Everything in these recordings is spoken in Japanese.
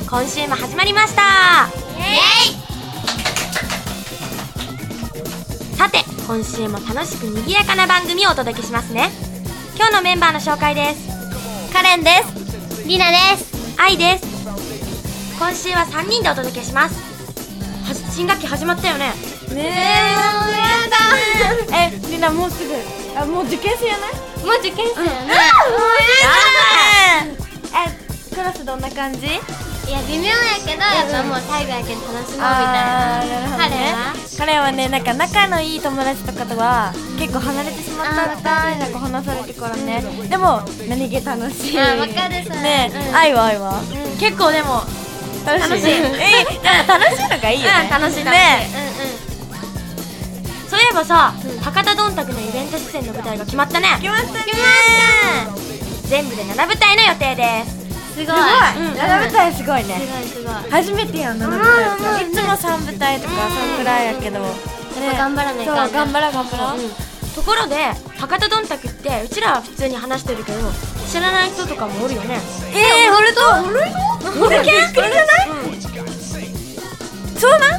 今週も始まりました。 イエイ。さて今週も楽しく賑やかな番組をお届けしますね。今日のメンバーの紹介です。カレンです。 リナです。 愛です。今週は3人でお届けします。新学期始まったよね。 ねえ、リナもうすぐもう受験生やない？ もう受験生やね。 クラスどんな感じ？ いや微妙やけど、やっぱもう最後やけん楽しもうみたいな。 彼はね、なんか仲のいい友達とかとは結構離れてしまったみたい。なんか話されてからね。でも何気楽しい。 わかるそれ。 ね、愛は結構でも楽しい。 楽しいのがいいよね。 楽しいね。そういえばさ、博多どんたくのイベント出演の舞台が決まったね。 決まったね。 全部で7舞台の予定です。 すごい。 7舞台すごいね。 すごい。 初めてやん7舞台。いつも3舞台とかそんくらいやけど。 頑張らないかんね。 頑張ろう。 ところで博多どんたくってうちらは普通に話してるけど知らない人とかもおるよね。 俺じゃない？そうなん？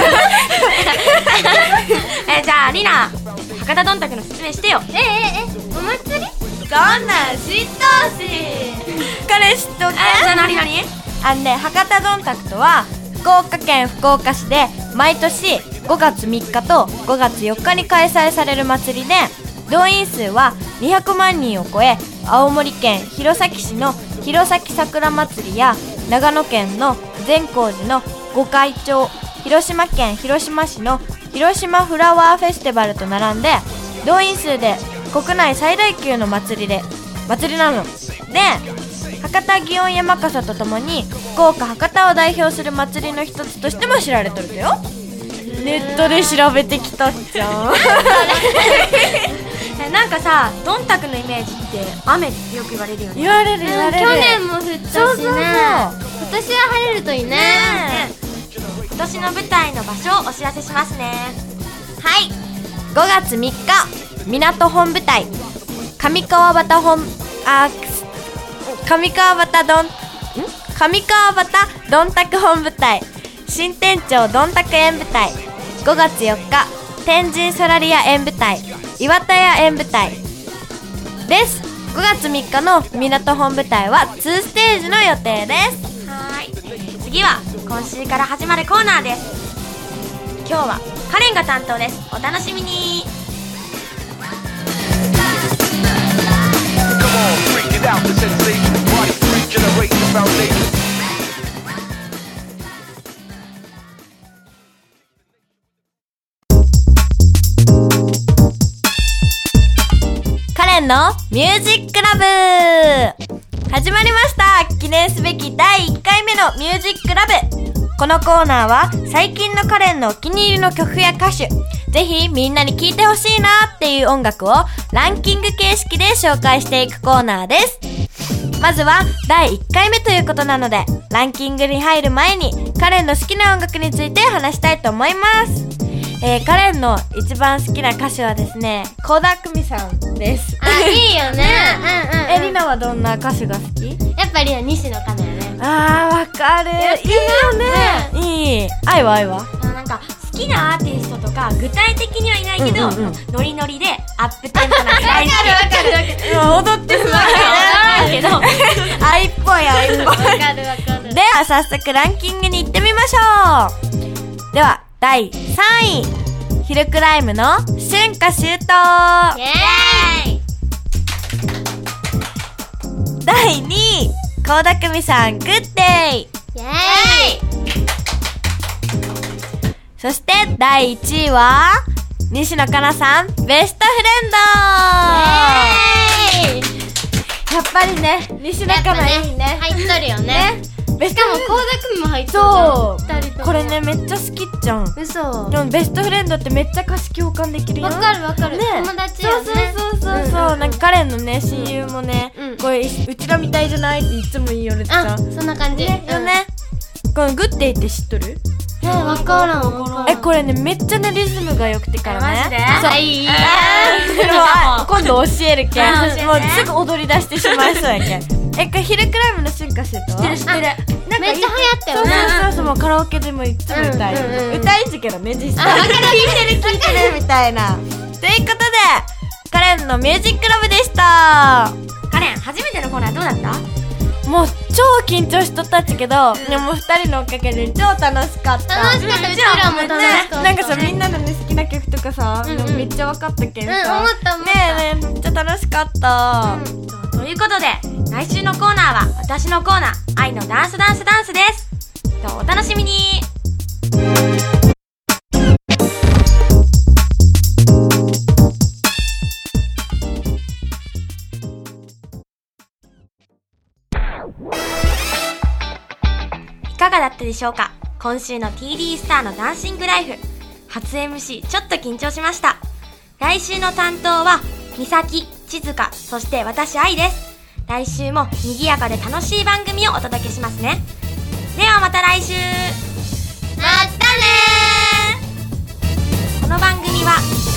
じゃあリナ、博多どんたくの説明してよ。 お祭り？ そんなん知っとうし。彼知っとけ。 じゃあ何？ 博多どんたくとは福岡県福岡市で毎年5月3日と5月4日に開催される祭りで、動員数は200万人を超え、青森県弘前市の弘前桜祭りや長野県の善光寺の御開帳、広島県広島市の広島フラワーフェスティバルと並んで、動員数で国内最大級の祭りなので、博多祇園山笠とともに福岡博多を代表する祭りの一つとしても知られてるんだよ。ネットで調べてきたっちゃん。 なんかさ、どんたくのイメージって雨ってよく言われるよね。 言われる。 去年も降ったしね。今年は晴れるといいね。 今年の舞台の場所をお知らせしますね。 はい、5月3日港本舞台、上川端どんたく本舞台、新店長どんたく演舞台、5月4日天神ソラリア演舞台、岩田屋演舞台です。5月3日の港本舞台は2ステージの予定です。 はい、次は今週から始まるコーナーです。今日はカレンが担当です。お楽しみに。 カレンのミュージックラブ始まりました。記念すべき第1回目のミュージックラブ。このコーナーは最近のカレンのお気に入りの曲や歌手、ぜひみんなに聴いてほしいなっていう音楽をランキング形式で紹介していくコーナーです。まずは第1回目ということなので、ランキングに入る前にカレンの好きな音楽について話したいと思います。カレンの一番好きな歌手はですね、倖田來未さんです。 いいよね。 リナはどんな歌手が好き？ やっぱり西野カナよね。 わかる。いいよね。いい。愛はなんか好きなアーティストとか具体的にはいないけど、ノリノリでアップテンポな大好き。 踊ってすごいけど愛っぽい。 わかる。 では早速ランキングに行ってみましょう。では第3位、ヒルクライムの春夏秋冬。 イエーイ。 第2位、倖田來未さんグッデイ。 イエーイ。 そして第1位は西野カナさんベストフレンド。イエーイ。やっぱりね、西野カナいいね。 入っとるよね。しかも倖田來未も入っとるじゃん。 そう 2人とも。 これねめっちゃ好きじゃん。 嘘。 でもベストフレンドってめっちゃ歌詞共感できるよ。 わかる。 ね、 友達よね。 そうなんかカレンのね親友もね、これうちらみたいじゃないっていつも言われてた。 そんな感じよね。このグッデイって知っとる？ わからん。 これねめっちゃねリズムが良くてからね。 マジで？ そう。 いい。 今度教えるけん。 教えて。 もうすぐ踊り出してしまいそうやけん。これヒルクライムの春夏秋冬？ 知ってる。 なんかめっちゃ流行ったよね。 そうそうそう、もうカラオケでもいつも歌い、歌いんじゃけどね実際聞いてるみたいなということでカレンのミュージックラブでした。 カレン、初めてのコーナーどうだった？ もう超緊張しとったっちけど、でも2人のおかげで超楽しかった。 楽しかった、うちらも楽しかった。 なんかさ、みんなのね好きな曲とかさ、めっちゃ分かったけんさ、 思ったねえねえ、めっちゃ楽しかった。 ということで、来週のコーナーは私のコーナー、愛のダンスダンスダンスです。お楽しみに。いかがだったでしょうか。今週の TD スターのダンシングライフ、初 MC ちょっと緊張しました。来週の担当はみさき、ちずか、そして私愛です。来週も賑やかで楽しい番組をお届けしますね。ではまた来週。 またねー。 この番組は